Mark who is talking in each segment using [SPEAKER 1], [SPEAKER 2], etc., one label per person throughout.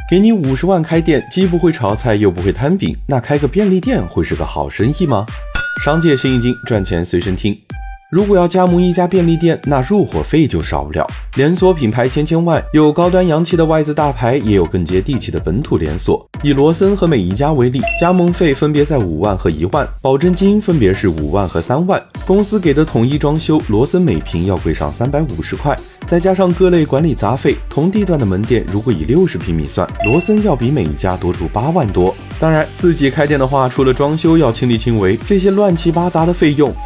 [SPEAKER 1] 给你50万开店，既不会炒菜又不会摊饼，那开个便利店会是个好生意吗？商界生意经，赚钱随身听。如果要加盟一家便利店，那入伙费就少不了。连锁品牌千万，有高端洋气的外资大牌，也有更接地气的本土连锁。以罗森和美宜佳为例，加盟费分别在5万和1万，保证金分别是5万和3万。公司给的统一装修，罗森每平要贵上350块，再加上各类管理杂费，同地段的门店如果以60平米算，罗森要比美宜佳多出8万多。当然，自己开店的话，除了装修要亲力亲为，这些乱七八糟的费用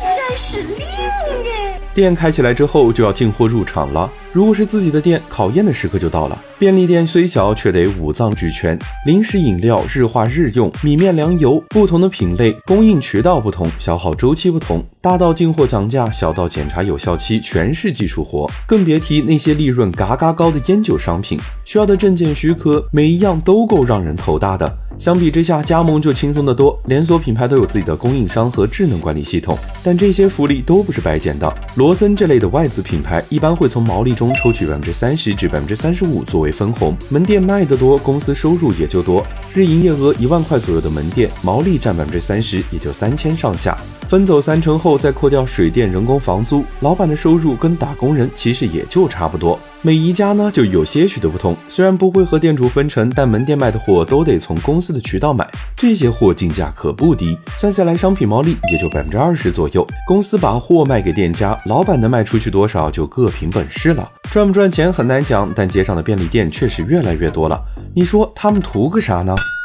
[SPEAKER 1] 店开起来之后就要进货入场了，如果是自己的店，考验的时刻就到了。便利店虽小，却得五脏俱全，零食饮料日化日用，米面粮油不同的品类，供应渠道不同，消耗周期不同，大到进货讲价，小到检查有效期，全是技术活。更别提那些利润嘎嘎高的烟酒商品，需要的证件许可，每一样都够让人头大的。相比之下，加盟就轻松得多，连锁品牌都有自己的供应商和智能管理系统，但这些福利都不是白捡的。罗森这类的外资品牌一般会从毛利中抽取30%至35%作为分红，门店卖得多，公司收入也就多。日营业额1万块左右的门店，毛利占30%，也就3000上下。分走30%后，再扣掉水电、人工、房租，老板的收入跟打工人其实也就差不多。美宜佳呢就有些许的不同，虽然不会和店主分成，但门店卖的货都得从公司的渠道买，这些货进价可不低，算下来商品毛利也就20%左右。公司把货卖给店家，老板能卖出去多少就各凭本事了。赚不赚钱很难讲，但街上的便利店确实越来越多了。你说他们图个啥呢？